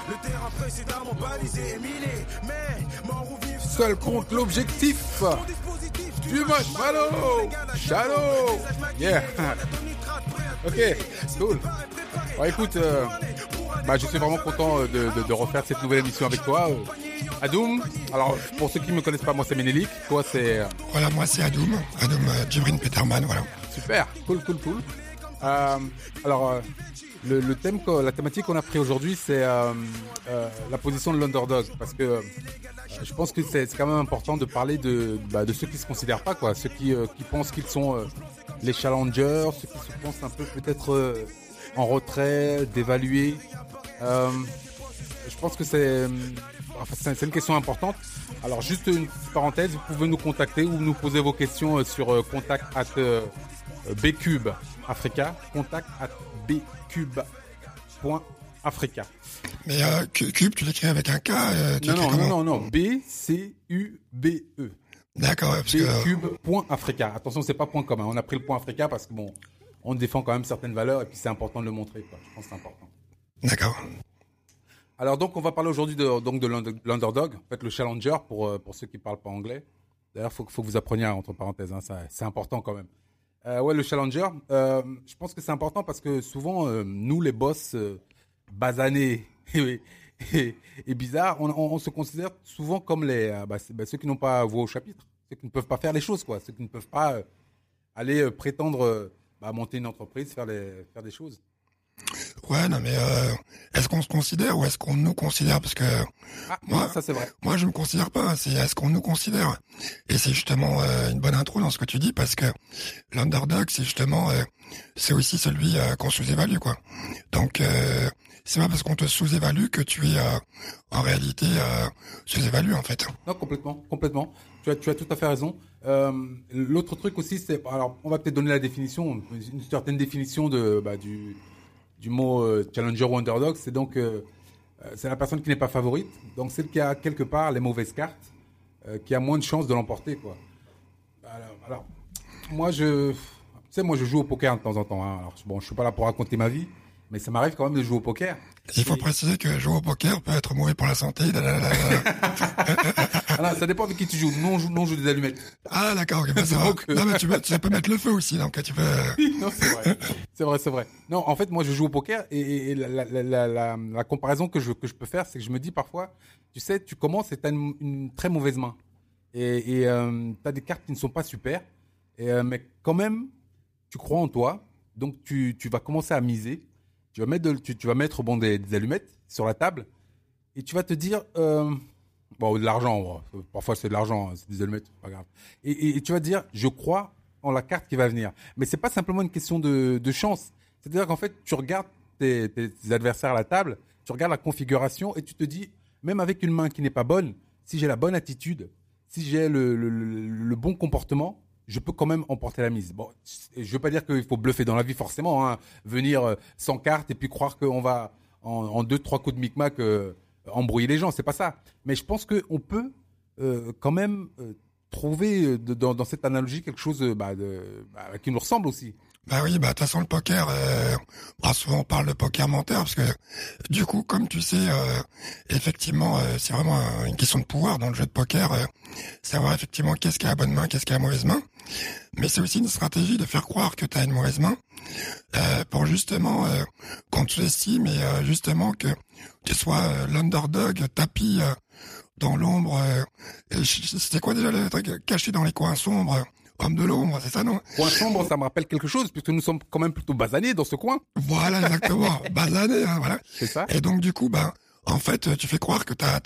Seul compte l'objectif du marshmallow. Shallow. Yeah. Ok, cool. Bon, écoute, je suis vraiment content de refaire cette nouvelle émission avec toi. Adoum, alors pour ceux qui ne me connaissent pas, moi c'est Ménélique, toi c'est... Voilà, moi c'est Adoum Djibril Peterman, voilà. Super, cool. Le thème, la thématique qu'on a pris aujourd'hui, c'est la position de l'underdog, parce que je pense que c'est quand même important de parler de ceux qui se considèrent pas, quoi, ceux qui pensent qu'ils sont les challengers, ceux qui se pensent un peu peut-être en retrait, d'évaluer. Je pense que c'est une question importante. Alors juste une petite parenthèse, vous pouvez nous contacter ou nous poser vos questions sur contact@bcube Africa, contact@bcube.africa. Mais Cube, tu l'écris avec un K Non, B-C-U-B-E. D'accord, parce que... bcube.africa. Attention, c'est pas .com, hein. On a pris le point Africa parce que bon, on défend quand même certaines valeurs et puis c'est important de le montrer, quoi. Je pense que c'est important. D'accord. Alors donc on va parler aujourd'hui de l'underdog, en fait le challenger pour ceux qui parlent pas anglais. D'ailleurs faut que vous appreniez entre parenthèses, hein, ça, c'est important quand même. Le challenger, je pense que c'est important parce que souvent nous les boss basanés et bizarres, on se considère souvent comme ceux qui n'ont pas voix au chapitre, ceux qui ne peuvent pas faire les choses, quoi, ceux qui ne peuvent pas aller prétendre monter une entreprise, faire des choses. Ouais, non, mais est-ce qu'on se considère ou est-ce qu'on nous considère? Parce que moi, ça c'est vrai. Moi, je me considère pas. C'est est-ce qu'on nous considère? Et c'est justement une bonne intro dans ce que tu dis, parce que l'underdog, c'est justement, c'est aussi celui qu'on sous-évalue, quoi. Donc, c'est pas parce qu'on te sous-évalue que tu es en réalité sous-évalué, en fait. Non, complètement. Tu as tout à fait raison. L'autre truc aussi, c'est, alors, on va peut-être donner la définition, une certaine définition du mot challenger ou underdog, c'est donc c'est la personne qui n'est pas favorite, donc celle qui a quelque part les mauvaises cartes, qui a moins de chances de l'emporter, quoi. Alors moi je joue au poker de temps en temps, hein. Alors bon, je suis pas là pour raconter ma vie, mais ça m'arrive quand même de jouer au poker. Il faut préciser que jouer au poker peut être mauvais pour la santé. Alors, ça dépend de qui tu joues. Nous, on joue des allumettes. Ah, d'accord. Okay, non, mais tu peux mettre le feu aussi, donc tu peux... Non, c'est vrai. Non, en fait, moi, je joue au poker et la comparaison que je peux faire, c'est que je me dis parfois, tu sais, tu commences et t'as une très mauvaise main. Et t'as des cartes qui ne sont pas super. Mais quand même, tu crois en toi. Donc, tu vas commencer à miser. Tu vas mettre des allumettes sur la table et tu vas te dire de l'argent, parfois c'est de l'argent, c'est des allumettes, pas grave. Et tu vas te dire je crois en la carte qui va venir. Mais c'est pas simplement une question de chance. C'est-à-dire qu'en fait, tu regardes tes adversaires à la table, tu regardes la configuration et tu te dis même avec une main qui n'est pas bonne, si j'ai la bonne attitude, si j'ai le bon comportement, je peux quand même emporter la mise. Bon, je veux pas dire qu'il faut bluffer dans la vie forcément, hein, venir sans carte et puis croire qu'on va en 2-3 coups de micmac embrouiller les gens, c'est pas ça. Mais je pense qu'on peut quand même trouver dans cette analogie quelque chose qui nous ressemble aussi. Bah oui, de toute façon le poker, souvent on parle de poker menteur parce que du coup, comme tu sais, effectivement, c'est vraiment une question de pouvoir dans le jeu de poker, savoir effectivement qu'est-ce qui a la bonne main, qu'est-ce qui a la mauvaise main. Mais c'est aussi une stratégie de faire croire que tu as une mauvaise main pour justement qu'on te l'estime et justement que tu sois l'underdog tapis dans l'ombre. C'était quoi déjà le truc caché dans les coins sombres? Homme de l'ombre, c'est ça, non? Coin sombre, ça me rappelle quelque chose, puisque nous sommes quand même plutôt basanés dans ce coin. Voilà, exactement. Basanés, hein, voilà. C'est ça. Et donc, du coup, en fait, tu fais croire que t'as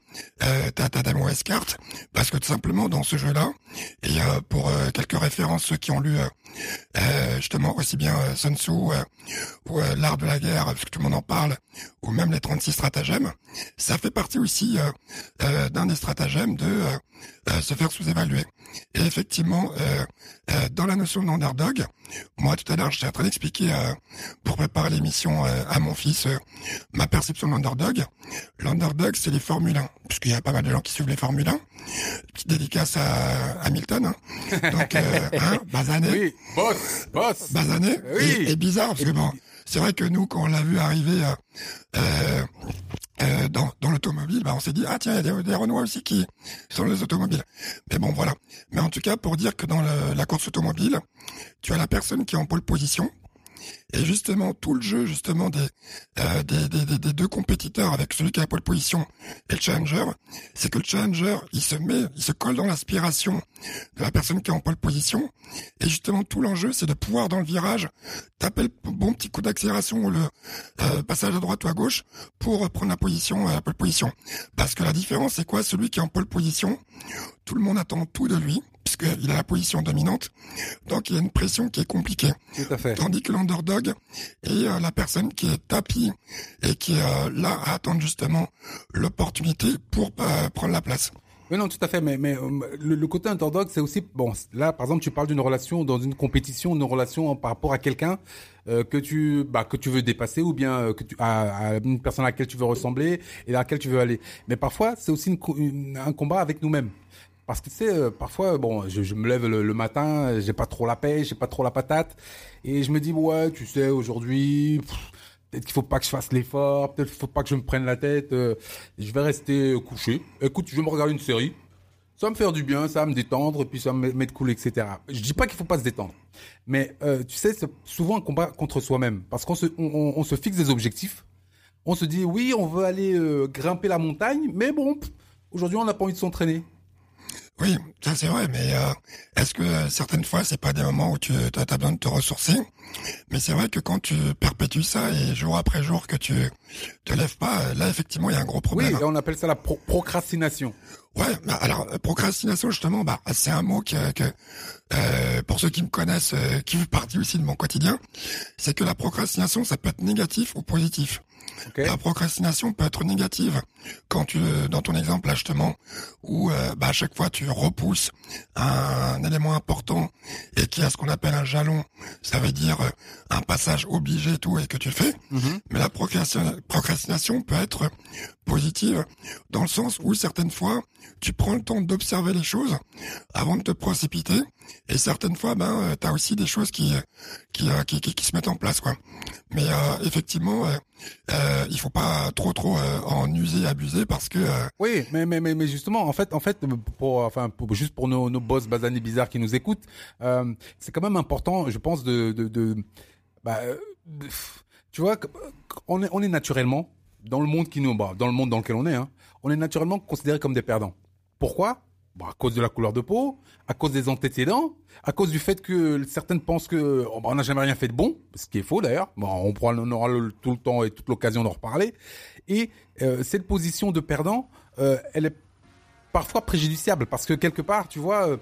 des mauvaises cartes, parce que tout simplement, dans ce jeu-là, et pour quelques références, ceux qui ont lu justement aussi bien Sun Tzu ou l'art de la guerre, parce que tout le monde en parle, ou même les 36 stratagèmes, ça fait partie aussi d'un des stratagèmes de se faire sous-évaluer. Et effectivement, dans la notion d'underdog, moi tout à l'heure j'étais en train d'expliquer pour préparer l'émission à mon fils ma perception de l'underdog. L'underdog, c'est les Formule 1, puisqu'il y a pas mal de gens qui suivent les Formule 1. Petite dédicace à Hamilton, hein. Donc basané. Oui, boss. Basané. Oui. Et bizarre parce que bon, c'est vrai que nous quand on l'a vu arriver dans l'automobile, on s'est dit ah tiens, il y a des Renois aussi qui sont les automobiles. Mais bon voilà. Mais en tout cas pour dire que dans la course automobile, tu as la personne qui est en pole position. Et justement, tout le jeu justement des deux compétiteurs avec celui qui a la pole position et le challenger, c'est que le challenger, il se colle dans l'aspiration de la personne qui est en pole position. Et justement, tout l'enjeu, c'est de pouvoir dans le virage taper le bon petit coup d'accélération ou le passage à droite ou à gauche pour prendre la pole position. Parce que la différence, c'est quoi? Celui qui est en pole position, tout le monde attend tout de lui, puisqu'il a la position dominante, donc il y a une pression qui est compliquée. Tout à fait. Tandis que l'underdog est la personne qui est tapie et qui est là à attendre justement l'opportunité pour prendre la place. Oui, non, tout à fait. Mais le côté underdog, c'est aussi bon. Là, par exemple, tu parles d'une relation dans une compétition, une relation par rapport à quelqu'un que tu veux dépasser ou bien à une personne à laquelle tu veux ressembler et à laquelle tu veux aller. Mais parfois, c'est aussi un combat avec nous-mêmes. Parce que tu sais, parfois, bon, je me lève le matin, j'ai pas trop la pêche, j'ai pas trop la patate, et je me dis ouais, tu sais, aujourd'hui, peut-être qu'il faut pas que je fasse l'effort, peut-être qu'il faut pas que je me prenne la tête, je vais rester couché. Écoute, je vais me regarder une série, ça va me faire du bien, ça va me détendre, et puis ça va me mettre cool, etc. Je dis pas qu'il faut pas se détendre, mais tu sais, c'est souvent un combat contre soi-même, parce qu'on se fixe des objectifs, on se dit oui, on veut aller grimper la montagne, mais bon, aujourd'hui on n'a pas envie de s'entraîner. Oui, ça c'est vrai, mais est-ce que certaines fois c'est pas des moments où tu as besoin de te ressourcer? Mais c'est vrai que quand tu perpétues ça et jour après jour que tu te lèves pas, là effectivement il y a un gros problème. Oui, et on appelle ça la procrastination. Ouais, alors procrastination justement, c'est un mot que pour ceux qui me connaissent, qui fait partie aussi de mon quotidien, c'est que la procrastination ça peut être négatif ou positif. Okay. La procrastination peut être négative quand dans ton exemple là justement, où à chaque fois tu repousses un élément important et qui a ce qu'on appelle un jalon, ça veut dire un passage obligé et tout et que tu le fais. Mm-hmm. Mais la procrastination peut être positive dans le sens où certaines fois tu prends le temps d'observer les choses avant de te précipiter et certaines fois t'as aussi des choses qui se mettent en place quoi. Mais effectivement il faut pas trop en user et abuser parce que oui, mais justement en fait juste pour nos boss basanés bizarres qui nous écoutent, c'est quand même important, je pense tu vois, on est naturellement dans le monde dans le monde dans lequel on est, on est naturellement considéré comme des perdants. Pourquoi? À cause de la couleur de peau, à cause des antécédents, à cause du fait que certaines pensent que on n'a jamais rien fait de bon, ce qui est faux d'ailleurs. On aura tout le temps et toute l'occasion d'en reparler. Et cette position de perdant, elle est parfois préjudiciable parce que quelque part, tu vois,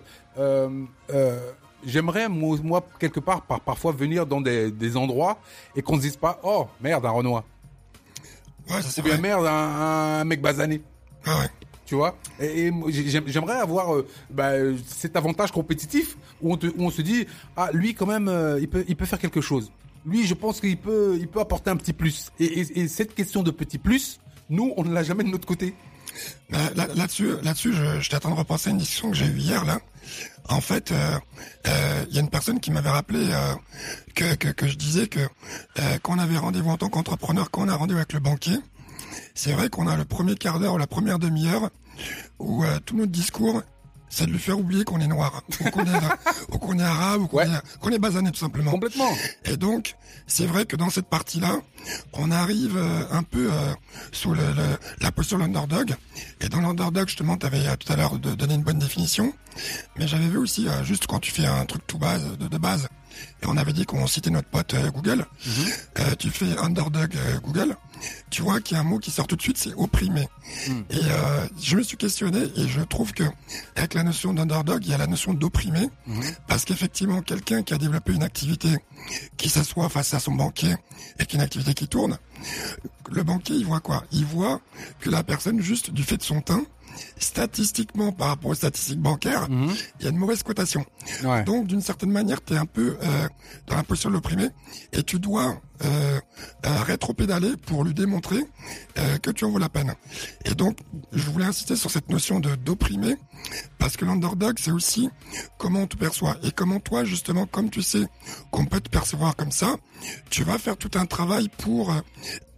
j'aimerais moi quelque part parfois venir dans des endroits et qu'on se dise pas oh merde un Renoir. Ouais, c'est bien merde un mec basané. Ah ouais. Tu vois, et j'aimerais avoir cet avantage compétitif où on se dit ah lui quand même il peut faire quelque chose. Lui je pense qu'il peut apporter un petit plus. Et cette question de petit plus, nous on ne l'a jamais de notre côté. Là-dessus, je t'attends de repenser à une discussion que j'ai eue hier là. En fait, il y a une personne qui m'avait rappelé que je disais que quand on avait rendez-vous en tant qu'entrepreneur, quand on a rendez-vous avec le banquier, c'est vrai qu'on a le premier quart d'heure ou la première demi-heure où tout notre discours, c'est de lui faire oublier qu'on est noir, ou qu'on est arabe, ou qu'on est basané tout simplement. Complètement. Et donc, c'est vrai que dans cette partie-là, on arrive un peu sous la posture de l'underdog. Et dans l'underdog, justement, tu avais tout à l'heure donné une bonne définition. Mais j'avais vu aussi, juste quand tu fais un truc tout de base, et on avait dit qu'on citait notre pote Google, tu fais underdog Google, tu vois qu'il y a un mot qui sort tout de suite, c'est opprimé. Et je me suis questionné et je trouve que avec la notion d'underdog, il y a la notion d'opprimé, parce qu'effectivement, quelqu'un qui a développé une activité, qui s'assoit face à son banquier et qui a une activité qui tourne, le banquier, il voit quoi? Il voit que la personne, juste du fait de son teint, statistiquement par rapport aux statistiques bancaires, il y a une mauvaise cotation. Ouais. Donc d'une certaine manière, tu es un peu dans la position de l'opprimé et tu dois rétro-pédaler pour lui démontrer que tu en vaut la peine. Et donc, je voulais insister sur cette notion d'opprimé parce que l'underdog, c'est aussi comment on te perçoit et comment toi, justement, comme tu sais qu'on peut te percevoir comme ça, tu vas faire tout un travail pour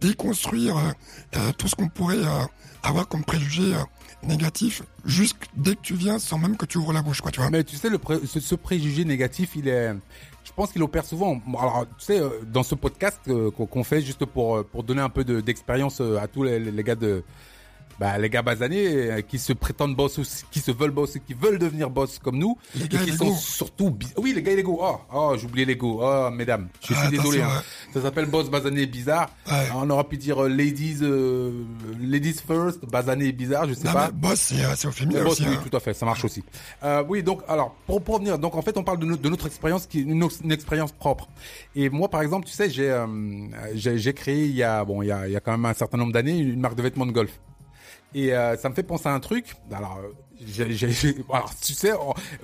déconstruire tout ce qu'on pourrait avoir comme préjugé négatif juste dès que tu viens sans même que tu ouvres la bouche, quoi, tu vois. Mais tu sais, ce préjugé négatif, je pense qu'il opère souvent. Alors, tu sais, dans ce podcast qu'on fait juste pour donner un peu d'expérience à tous les gars les gars basanés qui se prétendent boss aussi, qui se veulent boss, qui veulent devenir boss comme nous, les et gars qui sont surtout oui, les gars illégaux. J'ai oublié l'ego. Mesdames, je suis désolé. Hein. Ça s'appelle boss basané bizarre. Ouais. On aurait pu dire ladies first, basané bizarre, je sais pas. Mais boss, c'est au féminin boss, aussi. oui, Hein. tout à fait, ça marche aussi. Oui, donc alors pour revenir, donc en fait on parle de notre expérience qui est une expérience propre. Et moi par exemple, tu sais, j'ai créé il y a quand même un certain nombre d'années une marque de vêtements de golf. Et ça me fait penser à un truc. Alors, alors tu sais,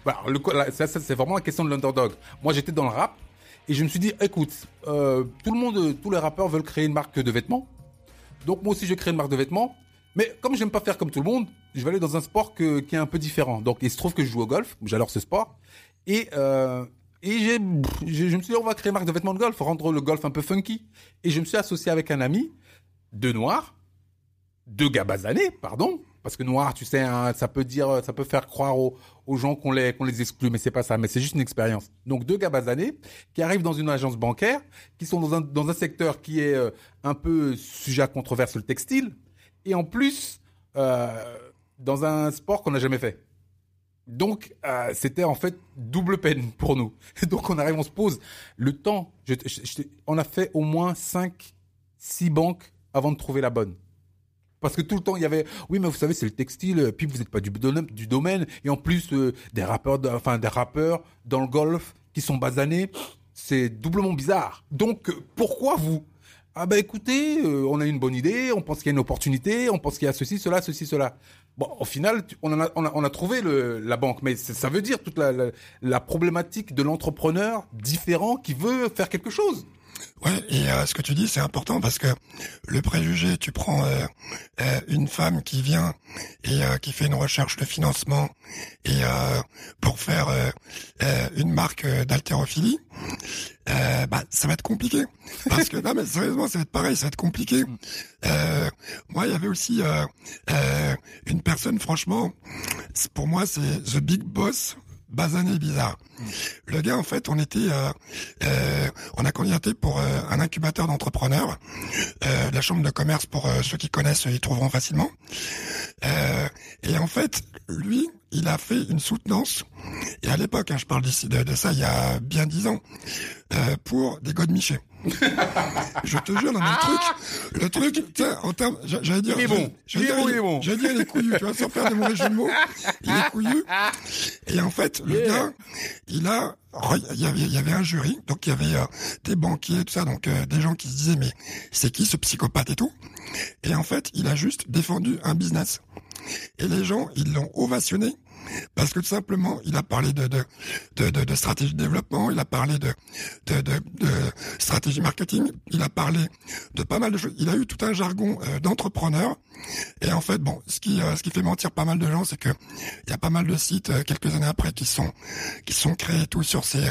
ça c'est vraiment la question de l'underdog. Moi, j'étais dans le rap et je me suis dit, écoute, tout le monde, tous les rappeurs veulent créer une marque de vêtements. Donc moi aussi, je crée une marque de vêtements. Mais comme j'aime pas faire comme tout le monde, je vais aller dans un sport qui est un peu différent. Donc il se trouve que je joue au golf, j'adore ce sport. Et je me suis dit, on va créer une marque de vêtements de golf, rendre le golf un peu funky. Et je me suis associé avec un ami, deux noirs. Deux gars basanés, pardon, parce que noir, tu sais, hein, ça peut faire croire aux gens qu'on les exclut, mais c'est pas ça, mais c'est juste une expérience. Donc deux gars basanés qui arrivent dans une agence bancaire, qui sont dans un secteur qui est un peu sujet à controverse, le textile, et en plus dans un sport qu'on n'a jamais fait. Donc c'était en fait double peine pour nous. Donc on arrive, on se pose le temps. On a fait au moins 5-6 banques avant de trouver la bonne. Parce que tout le temps, il y avait, oui, mais vous savez, c'est le textile, puis vous n'êtes pas du domaine, et en plus, des rappeurs dans le golf qui sont basanés, c'est doublement bizarre. Donc, pourquoi vous? Ah ben écoutez, on a une bonne idée, on pense qu'il y a une opportunité, on pense qu'il y a ceci, cela. Bon, au final, on a trouvé la banque, mais ça veut dire toute la problématique de l'entrepreneur différent qui veut faire quelque chose. Ouais, et ce que tu dis, c'est important parce que le préjugé, tu prends une femme qui vient et qui fait une recherche de financement et pour faire une marque d'haltérophilie, ça va être compliqué. Parce que non, mais sérieusement, ça va être pareil, ça va être compliqué. Moi, il y avait aussi une personne, franchement, pour moi, c'est the big boss. Basané bizarre. Le gars, en fait, on a candidaté pour un incubateur d'entrepreneurs, la chambre de commerce pour ceux qui connaissent, ils trouveront facilement. Et en fait, lui, il a fait une soutenance. Et à l'époque, je parle d'ici de ça, il y a bien 10 ans, pour des godemichés. Je te jure, non, mais le truc, tiens, en termes, j'allais dire, j'allais dire, il est couillu, tu vois, sans faire des mauvais jeux de mots. Il est couillu. Et en fait, le gars, il y avait un jury, donc il y avait des banquiers, tout ça, donc des gens qui se disaient, mais c'est qui ce psychopathe et tout? Et en fait, il a juste défendu un business. Et les gens, ils l'ont ovationné. Parce que tout simplement, il a parlé de stratégie de développement, il a parlé de stratégie marketing, il a parlé de pas mal de choses. Il a eu tout un jargon d'entrepreneur. Et en fait, bon, ce qui fait mentir pas mal de gens, c'est que il y a pas mal de sites quelques années après qui sont créés tout sur ces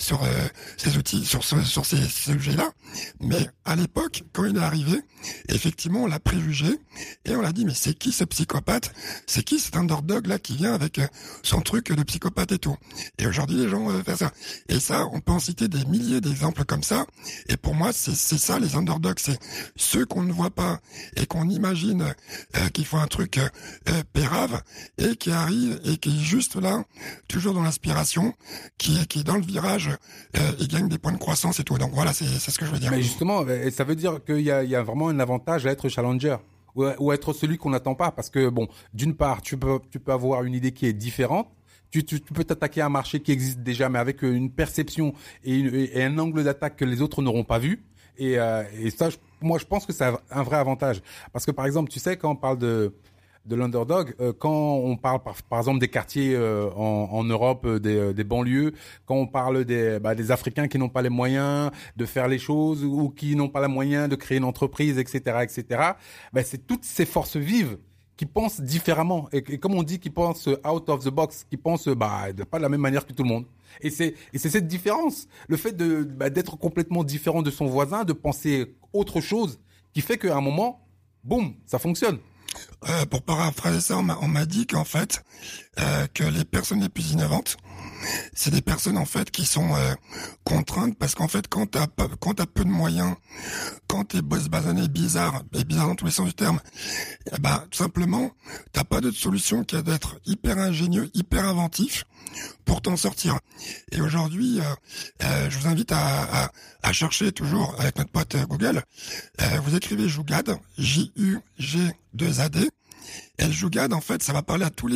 outils, sur ces sujets-là. Mais à l'époque, quand il est arrivé, effectivement, on l'a préjugé et on l'a dit, mais c'est qui ce psychopathe? C'est qui cet underdog là qui vient avec son truc de psychopathe et tout? Et aujourd'hui, les gens font ça. Et ça, on peut en citer des milliers d'exemples comme ça. Et pour moi, c'est ça, les underdogs, c'est ceux qu'on ne voit pas et qu'on imagine qui font un truc pérave et qui arrivent et qui est juste là, toujours dans l'inspiration, qui est dans le virage et gagne des points de croissance et tout. Donc voilà, c'est ce que je veux dire. Mais justement, ça veut dire qu'il y a vraiment un avantage à être challenger. Ou être celui qu'on n'attend pas, parce que bon, d'une part, tu peux avoir une idée qui est différente, tu peux t'attaquer à un marché qui existe déjà, mais avec une perception et un angle d'attaque que les autres n'auront pas vu, et ça, moi, je pense que c'est un vrai avantage, parce que par exemple, tu sais, quand on parle de l'underdog, quand on parle par exemple des quartiers en Europe, des banlieues, quand on parle des Africains qui n'ont pas les moyens de faire les choses ou qui n'ont pas les moyens de créer une entreprise, etc., c'est toutes ces forces vives qui pensent différemment et comme on dit, qui pensent out of the box, qui pensent pas de la même manière que tout le monde. Et c'est cette différence, le fait d'être complètement différent de son voisin, de penser autre chose, qui fait qu'à un moment, boum, ça fonctionne. Pour paraphraser ça, on m'a dit qu'en fait, que les personnes les plus innovantes, c'est des personnes en fait qui sont contraintes parce qu'en fait quand t'as peu de moyens, quand t'es basané bizarre et bizarre dans tous les sens du terme, tout simplement t'as pas d'autre solution qu'à d'être hyper ingénieux, hyper inventif pour t'en sortir. Et aujourd'hui, je vous invite à chercher toujours avec notre pote Google. Vous écrivez Jougad, J-U-G-2-A-D. Et le Jougad, en fait, ça va parler à tous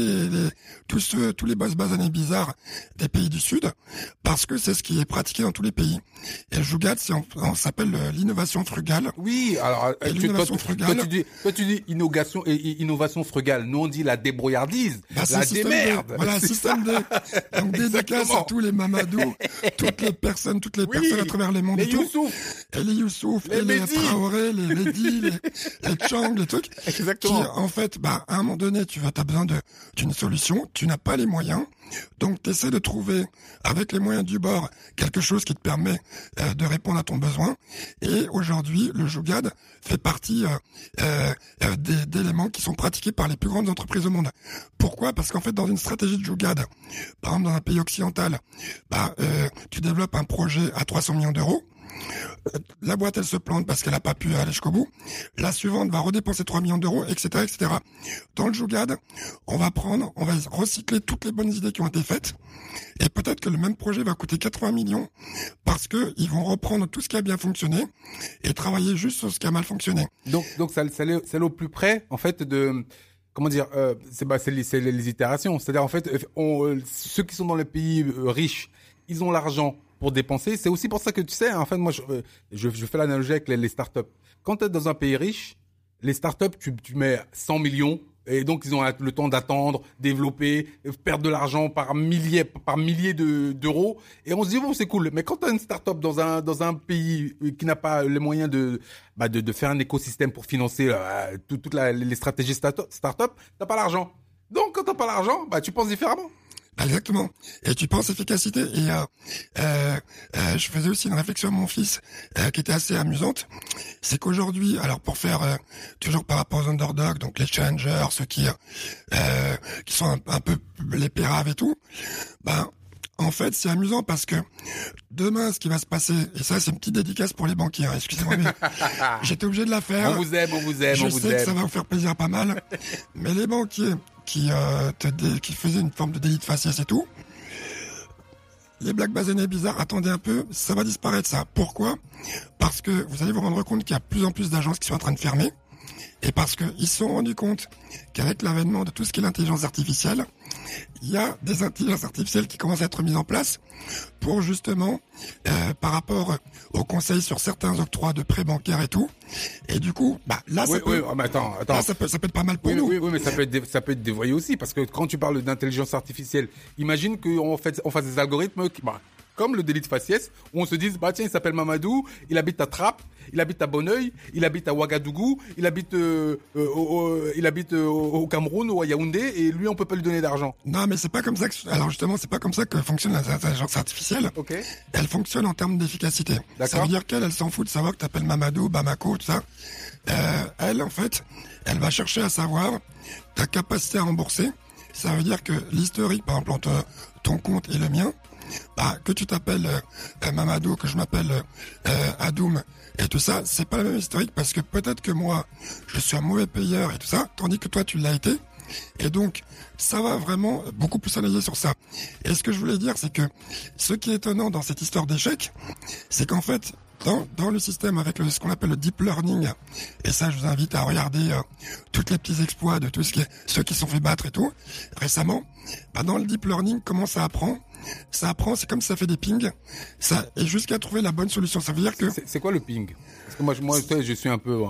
les boss basanés bizarres des pays du Sud, parce que c'est ce qui est pratiqué dans tous les pays. Et le Jougad, on s'appelle l'innovation frugale. Oui, alors, l'innovation frugale. Toi, tu dis innovation frugale. Nous, on dit la débrouillardise, la démerde. Voilà, système D. Donc, dédicace à tous les Mamadou, toutes les personnes à travers les mondes. Les Youssouf, les Traoré, les Mehdi, les Chang, les trucs. Exactement. Qui, en fait, à un moment donné, t'as besoin d'une solution, tu n'as pas les moyens, donc tu essaies de trouver, avec les moyens du bord, quelque chose qui te permet de répondre à ton besoin. Et aujourd'hui, le Jougad fait partie d'éléments qui sont pratiqués par les plus grandes entreprises au monde. Pourquoi ? Parce qu'en fait, dans une stratégie de Jougad, par exemple dans un pays occidental, tu développes un projet à 300 millions d'euros, la boîte elle se plante parce qu'elle a pas pu aller jusqu'au bout. La suivante va redépenser 3 millions d'euros, etc., etc. Dans le Jougad, on va recycler toutes les bonnes idées qui ont été faites. Et peut-être que le même projet va coûter 80 millions parce que ils vont reprendre tout ce qui a bien fonctionné et travailler juste sur ce qui a mal fonctionné. Donc c'est au plus près, en fait, de, comment dire, c'est les itérations. C'est-à-dire, en fait, ceux qui sont dans les pays riches, ils ont l'argent pour dépenser. C'est aussi pour ça que tu sais, en fait, moi, je fais l'analogie avec les startups. Quand tu es dans un pays riche, les startups, tu mets 100 millions et donc ils ont le temps d'attendre, développer, perdre de l'argent par milliers d'euros et on se dit bon, c'est cool. Mais quand tu as une startup dans un pays qui n'a pas les moyens de faire un écosystème pour financer toutes les stratégies startup, t'as pas l'argent. Donc quand t'as pas l'argent, tu penses différemment. Exactement. Et tu penses efficacité. Et je faisais aussi une réflexion à mon fils qui était assez amusante. C'est qu'aujourd'hui, alors pour faire toujours par rapport aux underdogs, donc les challengers, ceux qui sont un peu les péraves et tout, en fait, c'est amusant parce que demain, ce qui va se passer, et ça, c'est une petite dédicace pour les banquiers, excusez-moi, mais j'étais obligé de la faire. On vous aime. Je sais que ça va vous faire plaisir pas mal, mais les banquiers qui faisaient une forme de délit de faciès et tout, les blagues basanées bizarres, attendez un peu, ça va disparaître ça. Pourquoi ? Parce que vous allez vous rendre compte qu'il y a de plus en plus d'agences qui sont en train de fermer, et parce qu'ils se sont rendus compte qu'avec l'avènement de tout ce qui est l'intelligence artificielle, il y a des intelligences artificielles qui commencent à être mises en place pour justement, par rapport aux conseils sur certains octrois de prêts bancaires et tout. Et du coup, là, attends. Là, ça peut être pas mal pour nous. Oui, mais ça peut être dévoyé aussi, parce que quand tu parles d'intelligence artificielle, imagine qu'on fasse des algorithmes comme le délit de faciès, où on se dise, tiens, il s'appelle Mamadou, il habite à Trappes, il habite à Bonneuil, il habite à Ouagadougou, il habite au Cameroun ou à Yaoundé, et lui, on peut pas lui donner d'argent. Non, mais c'est pas comme ça alors justement, c'est pas comme ça que fonctionne l'intelligence artificielle. Ok. Elle fonctionne en termes d'efficacité. D'accord. Ça veut dire qu'elle s'en fout de savoir que t'appelles Mamadou, Bamako, tout ça. Elle, en fait, elle va chercher à savoir ta capacité à rembourser. Ça veut dire que l'historique, par exemple, entre ton compte et le mien, que tu t'appelles Mamadou, que je m'appelle Adoum et tout ça, c'est pas la même historique parce que peut-être que moi, je suis un mauvais payeur et tout ça, tandis que toi, tu l'as été. Et donc, ça va vraiment beaucoup plus analyser sur ça. Et ce que je voulais dire, c'est que ce qui est étonnant dans cette histoire d'échec, c'est qu'en fait, dans le système avec ce qu'on appelle le deep learning, et ça je vous invite à regarder tous les petits exploits de ceux qui se sont fait battre et tout, récemment, dans le deep learning, comment ça apprend, c'est comme ça fait des pings, et jusqu'à trouver la bonne solution. Ça veut dire que... C'est quoi le ping ? Parce que moi je suis un peu...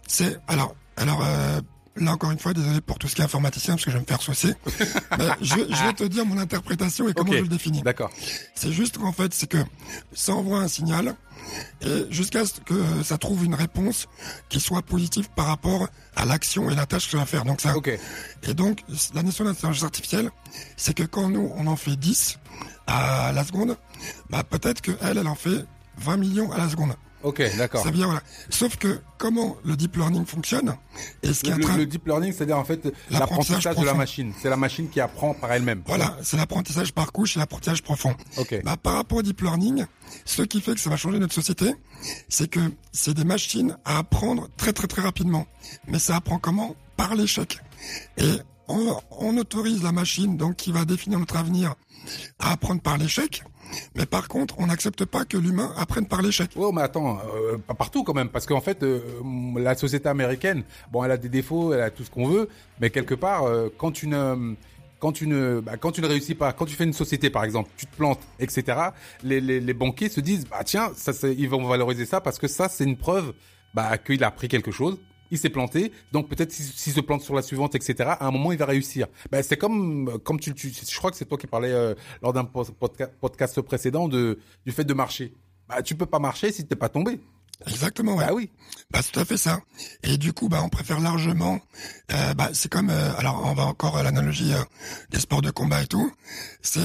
Là, encore une fois, désolé pour tout ce qui est informaticien, parce que je vais me faire saucer. Mais je vais te dire mon interprétation et comment je le définis. D'accord. C'est juste qu'en fait, c'est que ça envoie un signal et jusqu'à ce que ça trouve une réponse qui soit positive par rapport à l'action et la tâche que ça va faire. Donc ça. Okay. Et donc, la notion d'intelligence artificielle, c'est que quand nous, on en fait 10 à la seconde, peut-être qu'elle en fait 20 millions à la seconde. Ok, d'accord. Ça vient, voilà. Sauf que comment le deep learning fonctionne et ce qui est en train... Le deep learning, c'est-à-dire en fait l'apprentissage de la machine. C'est la machine qui apprend par elle-même. Voilà, c'est l'apprentissage par couche et l'apprentissage profond. Ok. Bah, par rapport au deep learning, ce qui fait que ça va changer notre société, c'est que c'est des machines à apprendre très très très rapidement. Mais ça apprend comment? Par l'échec. Et on autorise la machine, donc qui va définir notre avenir, à apprendre par l'échec. Mais par contre, on n'accepte pas que l'humain apprenne par l'échec. Ouais, mais attends, pas partout quand même, parce qu'en fait, la société américaine, bon, elle a des défauts, elle a tout ce qu'on veut, mais quelque part, quand tu ne réussis pas, quand tu fais une société par exemple, tu te plantes, etc. Les banquiers se disent, bah tiens, ils vont valoriser ça parce que ça, c'est une preuve, qu'il a appris quelque chose. Il s'est planté, donc peut-être s'il se plante sur la suivante, etc. À un moment, il va réussir. C'est comme je crois que c'est toi qui parlais lors d'un podcast précédent du fait de marcher. Tu peux pas marcher si t'es pas tombé. Exactement, ouais. Oui. C'est tout à fait ça. Et du coup, on préfère largement. C'est comme, alors on va encore à l'analogie des sports de combat et tout. C'est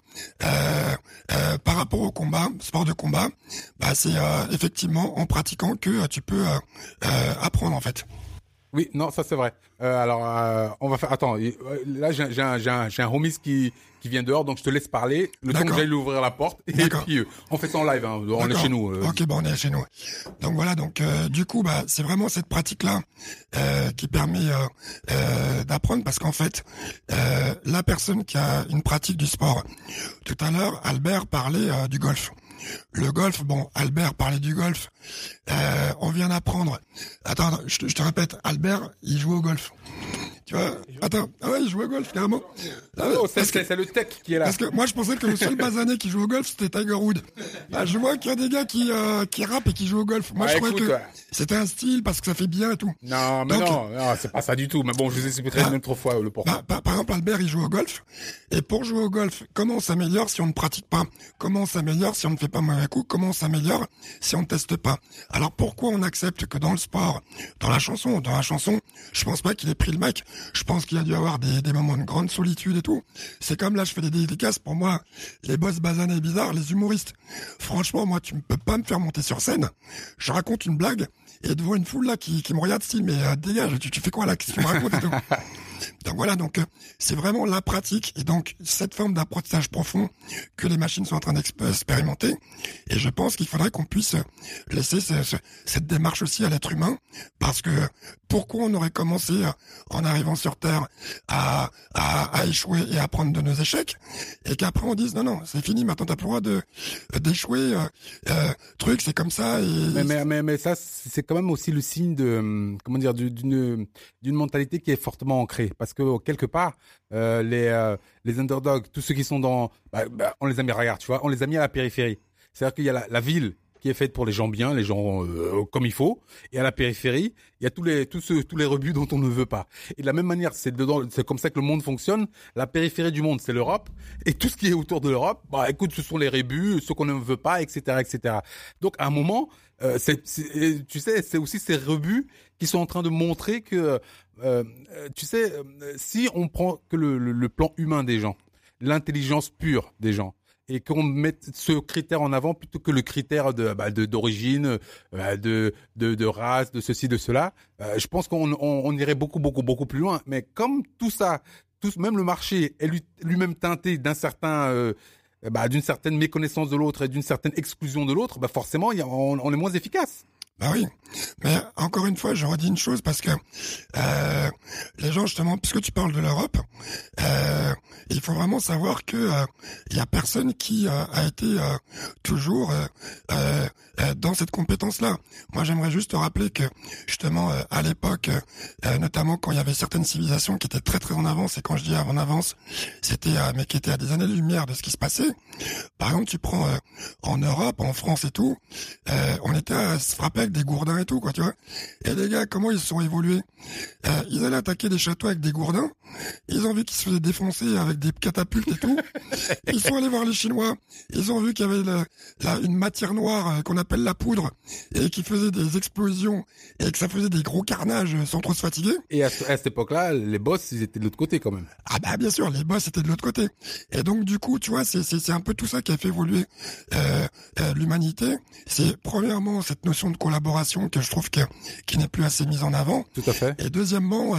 par rapport au combat, sport de combat, c'est effectivement en pratiquant que tu peux apprendre en fait. Oui, non, ça c'est vrai. On va faire. Attends, là j'ai un homies qui vient dehors, donc je te laisse parler. Le temps que j'aille lui ouvrir la porte. Et puis on fait ça en live. Hein, on est chez nous. Ok, on est chez nous. Donc voilà, du coup, c'est vraiment cette pratique-là qui permet d'apprendre, parce qu'en fait, la personne qui a une pratique du sport. Tout à l'heure, Albert parlait du golf. Le golf, Albert parlait du golf. On vient d'apprendre. Attends, je te répète, Albert, il joue au golf. Tu vois? Attends, il joue au golf, carrément. C'est le tech qui est là. Parce que moi, je pensais que le seul basané qui joue au golf, c'était Tiger Woods. Je vois qu'il y a des gars qui rappent et qui jouent au golf. Moi, je croyais que c'était un style parce que ça fait bien et tout. Non, mais non, c'est pas ça du tout. Mais bon, je vous ai expliqué une autre fois le pourquoi. Par exemple, Albert, il joue au golf. Et pour jouer au golf, comment on s'améliore si on ne pratique pas? Comment on s'améliore si on ne fait pas mauvais coup? Comment on s'améliore si on ne teste pas? Alors pourquoi on accepte que dans le sport, dans la chanson, je pense pas qu'il ait pris le mec. Je pense qu'il a dû avoir des moments de grande solitude et tout. C'est comme là, je fais des dédicaces. Pour moi, les boss basanés bizarres, les humoristes. Franchement, moi, tu ne peux pas me faire monter sur scène. Je raconte une blague et devant une foule là qui me regarde style, mais dégage, tu fais quoi là? Qu'est-ce que tu me racontes et tout? Donc voilà, c'est vraiment la pratique et donc cette forme d'apprentissage profond que les machines sont en train d'expérimenter. Et je pense qu'il faudrait qu'on puisse laisser cette démarche aussi à l'être humain, parce que pourquoi on aurait commencé en arrivant sur Terre à échouer et à apprendre de nos échecs, et qu'après on dise non, c'est fini, maintenant t'as plus le droit d'échouer, c'est comme ça. Mais ça, c'est quand même aussi le signe de d'une mentalité qui est fortement ancrée, parce que quelque part les underdogs, tous ceux qui sont on les a mis, regarde, tu vois, on les a mis à la périphérie. C'est-à-dire qu'il y a la ville qui est faite pour les gens bien, les gens comme il faut, et à la périphérie, il y a tous les rebuts dont on ne veut pas. Et de la même manière, c'est comme ça que le monde fonctionne. La périphérie du monde, c'est l'Europe, et tout ce qui est autour de l'Europe, écoute, ce sont les rebuts, ceux qu'on ne veut pas, etc., etc. Donc à un moment, tu sais, c'est aussi ces rebuts qui sont en train de montrer que, si on prend que le plan humain des gens, l'intelligence pure des gens, et qu'on mette ce critère en avant plutôt que le critère d'origine, de race, de ceci, de cela, je pense qu'on irait beaucoup plus loin. Mais comme tout ça, même le marché est lui-même teinté d'une certaine méconnaissance de l'autre et d'une certaine exclusion de l'autre, forcément, on est moins efficace. Oui, mais encore une fois, je redis une chose, parce que les gens, justement, puisque tu parles de l'Europe, il faut vraiment savoir que il y a personne qui a été toujours dans cette compétence-là. Moi, j'aimerais juste te rappeler que, justement, à l'époque, notamment quand il y avait certaines civilisations qui étaient très très en avance, et quand je dis en avance, c'était mais qui étaient à des années-lumière de ce qui se passait. Par exemple, tu prends en Europe, en France et tout, on était à se frapper avec avec des gourdins et tout, quoi, tu vois. Et les gars, comment ils se sont évolués? Ils allaient attaquer des châteaux avec des gourdins. Ils ont vu qu'ils se faisaient défoncer avec des catapultes et tout. Ils sont allés voir les Chinois. Ils ont vu qu'il y avait une matière noire qu'on appelle la poudre et qui faisait des explosions et que ça faisait des gros carnages sans trop se fatiguer. Et à cette époque-là, les boss, ils étaient de l'autre côté quand même. Ah bah bien sûr, les boss étaient de l'autre côté. Et donc du coup, tu vois, c'est un peu tout ça qui a fait évoluer l'humanité. C'est premièrement cette notion de collaboration que je trouve qui n'est plus assez mise en avant. Tout à fait. Et deuxièmement,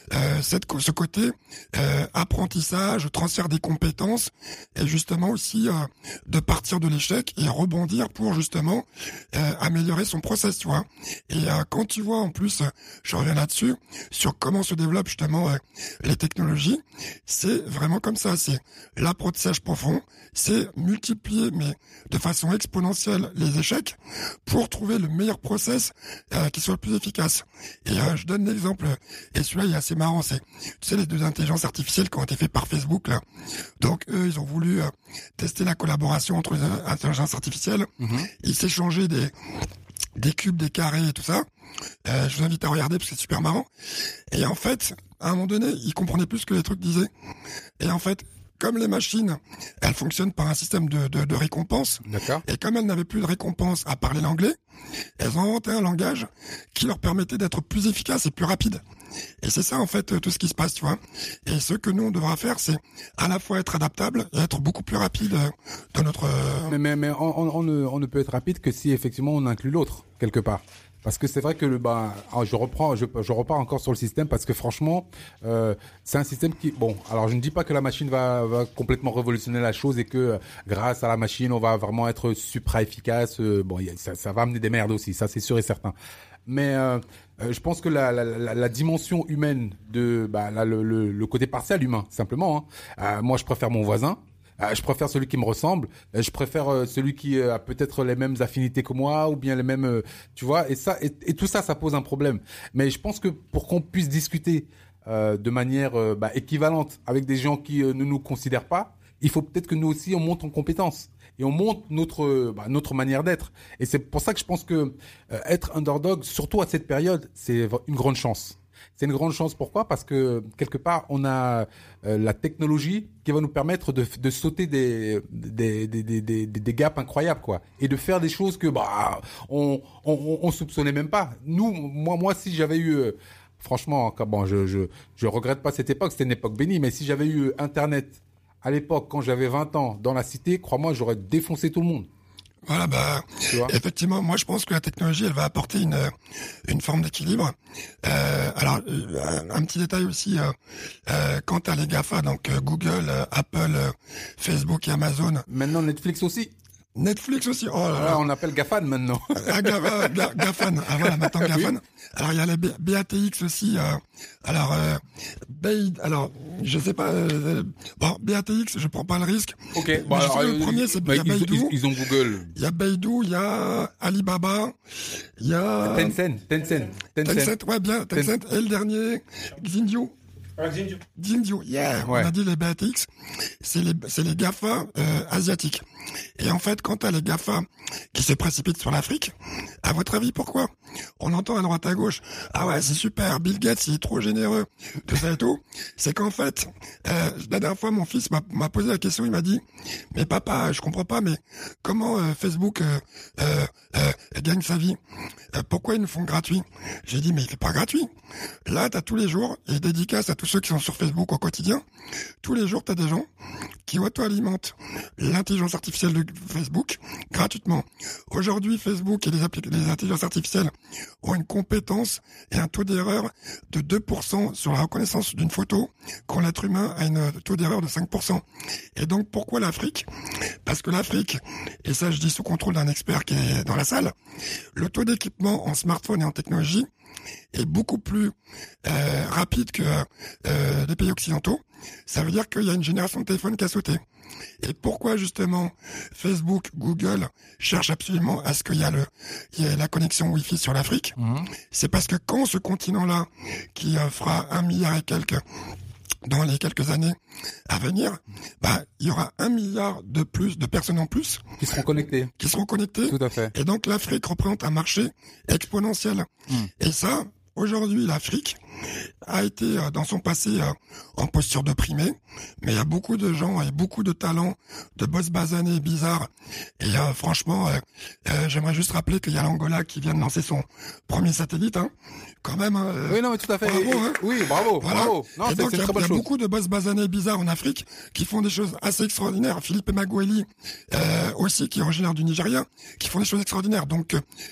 ce côté apprentissage, transfert des compétences, et justement aussi de partir de l'échec et rebondir pour justement améliorer son process, tu vois. Et quand tu vois en plus, je reviens là-dessus, sur comment se développent justement les technologies, c'est vraiment comme ça, c'est l'apprentissage profond, c'est multiplier mais de façon exponentielle les échecs pour trouver le meilleur process qui soit le plus efficace. Et je donne l'exemple, et celui-là il est assez marrant, c'est, tu sais, les deux intelligences artificielles qui ont été faites par Facebook là. Donc eux ils ont voulu tester la collaboration entre les intelligences artificielles, ils s'échangeaient des cubes, des carrés et tout ça. Je vous invite à regarder parce que c'est super marrant. Et en fait, à un moment donné, ils comprenaient plus ce que les trucs disaient. Et en fait, comme les machines, elles fonctionnent par un système de récompense. D'accord. Et comme elles n'avaient plus de récompense à parler l'anglais, elles ont inventé un langage qui leur permettait d'être plus efficaces et plus rapides. Et c'est ça, en fait, tout ce qui se passe, tu vois. Et ce que nous, on devra faire, c'est à la fois être adaptable et être beaucoup plus rapide dans notre... Mais on ne peut être rapide que si, effectivement, on inclut l'autre, quelque part. Parce que c'est vrai que je repars encore sur le système parce que franchement, c'est un système qui, bon, alors je ne dis pas que la machine va complètement révolutionner la chose et que grâce à la machine, on va vraiment être supra efficace. Bon, ça va amener des merdes aussi, ça c'est sûr et certain. Mais je pense que la dimension humaine de le côté partiel humain, simplement. Moi, je préfère mon voisin. Je préfère celui qui me ressemble. Je préfère celui qui a peut-être les mêmes affinités que moi ou bien les mêmes, tu vois. Et ça, et tout ça, ça pose un problème. Mais je pense que pour qu'on puisse discuter de manière équivalente avec des gens qui ne nous considèrent pas, il faut peut-être que nous aussi on monte en compétences et on monte notre manière d'être. Et c'est pour ça que je pense que être underdog, surtout à cette période, c'est une grande chance. C'est une grande chance. Pourquoi? Parce que quelque part, on a la technologie qui va nous permettre de sauter des gaps incroyables, quoi, et de faire des choses que on soupçonnait même pas. Moi, si j'avais eu franchement, bon, je regrette pas cette époque. C'était une époque bénie, mais si j'avais eu Internet à l'époque, quand j'avais 20 ans, dans la cité, crois-moi, j'aurais défoncé tout le monde. Voilà, effectivement, moi je pense que la technologie, elle va apporter une forme d'équilibre. Alors, un petit détail aussi, quant à les GAFA, donc Google, Apple, Facebook et Amazon. Maintenant Netflix aussi. Netflix aussi. Oh là là. Alors, on appelle GAFAN maintenant. GAFAN. Ah voilà, maintenant GAFAN. Oui. Alors il y a les BATX aussi. Alors je sais pas. Bon, BATX, je prends pas le risque. Ok. Bon, alors, le premier, c'est Baidu. Ils ont Google. Il y a Baidu, il y a Alibaba, il y a Tencent. Ouais, bien. Tencent. Et le dernier, Xinjiu. Xinjiu, yeah. Ouais. On a dit les BATX, c'est les GAFA asiatiques. Et en fait, quand t'as les GAFA qui se précipitent sur l'Afrique, à votre avis, pourquoi? On entend à droite à gauche, ah ouais, c'est super, Bill Gates, il est trop généreux, tout ça et tout. C'est qu'en fait, la dernière fois, mon fils m'a posé la question, il m'a dit, mais papa, je comprends pas, mais comment Facebook gagne sa vie? Pourquoi ils nous font gratuit? J'ai dit, mais il fait pas gratuit. Là, t'as tous les jours, et dédicace à tous ceux qui sont sur Facebook au quotidien, tous les jours, t'as des gens qui auto-alimentent l'intelligence artificielle de Facebook gratuitement. Aujourd'hui, Facebook et les intelligences artificielles ont une compétence et un taux d'erreur de 2% sur la reconnaissance d'une photo, quand l'être humain a un taux d'erreur de 5%. Et donc, pourquoi l'Afrique? Parce que l'Afrique, et ça je dis sous contrôle d'un expert qui est dans la salle, le taux d'équipement en smartphone et en technologie est beaucoup plus rapide que les pays occidentaux. Ça veut dire qu'il y a une génération de téléphones qui a sauté. Et pourquoi justement Facebook, Google cherchent absolument à ce qu'il y ait la connexion Wi-Fi sur l'Afrique? C'est parce que quand ce continent-là, qui fera 1 milliard et quelques dans les quelques années à venir, il y aura 1 milliard de personnes en plus qui seront connectées. Tout à fait. Et donc l'Afrique représente un marché exponentiel. Et ça, aujourd'hui, l'Afrique a été dans son passé en posture d'opprimé, mais il y a beaucoup de gens et beaucoup de talents, de boss basanés bizarres. Et franchement, j'aimerais juste rappeler qu'il y a l'Angola qui vient de lancer son premier satellite, quand même. Oui, non, mais tout à fait. Bravo, Oui, bravo, voilà. bravo. Non, et donc, c'est une très bonne il y a chose. beaucoup de boss basanés bizarres en Afrique qui font des choses assez extraordinaires. Philippe Emeagwali, aussi, qui est originaire du Nigeria, qui font des choses extraordinaires. Donc,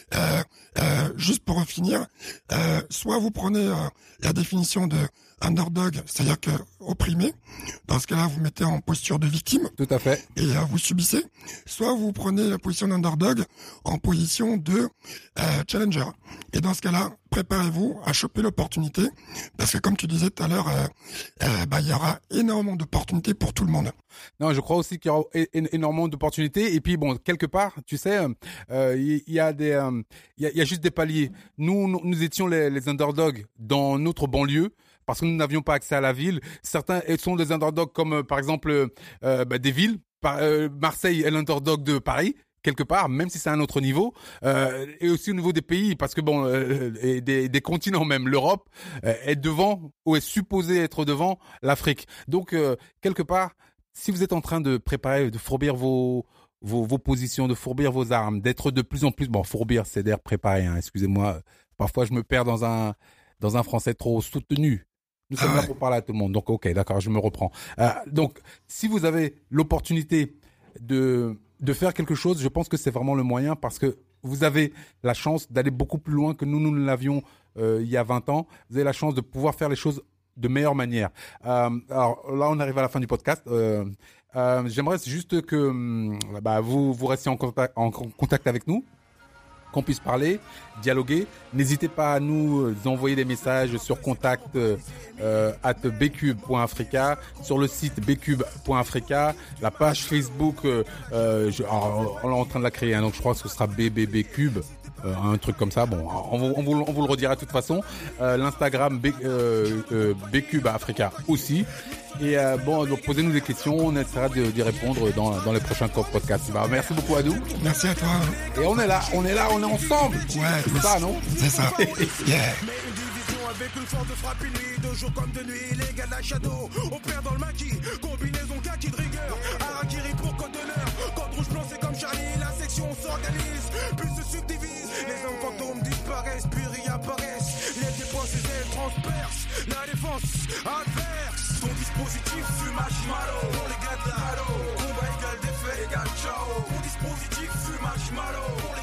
juste pour finir, soit vous prenez la définition de underdog, c'est-à-dire que opprimé, dans ce cas-là, vous mettez en posture de victime. Tout à fait. Et vous subissez. Soit vous prenez la position d'underdog en position de challenger. Et dans ce cas-là, préparez-vous à choper l'opportunité, parce que comme tu disais tout à l'heure, il y aura énormément d'opportunités pour tout le monde. Non, je crois aussi qu'il y aura énormément d'opportunités. Et puis bon, quelque part, tu sais, il y a juste des paliers. Nous étions les underdogs dans notre banlieue, parce que nous n'avions pas accès à la ville. Certains sont des underdogs comme par exemple des villes. Marseille est l'underdog de Paris, quelque part, même si c'est un autre niveau. Et aussi au niveau des pays, parce que bon, et des continents même. L'Europe est devant, ou est supposée être devant l'Afrique. Donc, quelque part, si vous êtes en train de préparer, de fourbir vos positions, de fourbir vos armes, d'être de plus en plus... Bon, fourbir, c'est d'ailleurs préparer, excusez-moi. Parfois, je me perds dans un français trop soutenu. Nous sommes là pour parler à tout le monde. Donc, ok, d'accord, je me reprends. Donc, si vous avez l'opportunité de faire quelque chose, je pense que c'est vraiment le moyen, parce que vous avez la chance d'aller beaucoup plus loin que nous l'avions il y a 20 ans. Vous avez la chance de pouvoir faire les choses de meilleure manière. Alors là, on arrive à la fin du podcast. J'aimerais juste que vous restiez en contact avec nous, qu'on puisse parler, dialoguer. N'hésitez pas à nous envoyer des messages sur contact @bcube.africa, sur le site bcube.africa, la page Facebook, on est en train de la créer, donc je crois que ce sera BBBcube. Un truc comme ça, bon, on vous le redira de toute façon. L'Instagram Bcube Africa aussi. Et donc posez-nous des questions, on essaiera d'y répondre dans les prochains podcasts. Merci beaucoup Adou. Merci à toi. Et on est ensemble. Ouais, c'est ça, non? C'est ça. Yeah. Avec une force de frappe inouïe, de jour comme de nuit, les gars de la shadow, on perd dans le maquis, combinaison kaki de rigueur, Harakiri pour code d'honneur, code rouge blanc c'est comme Charlie, la section s'organise, puis se subdivise, les hommes fantômes disparaissent, puis réapparaissent, les dépenses elles transpercent, la défense adverse, ton dispositif fume marshmallow, pour les gars de la halo, combat égal défait égal ciao, ton dispositif fume marshmallow.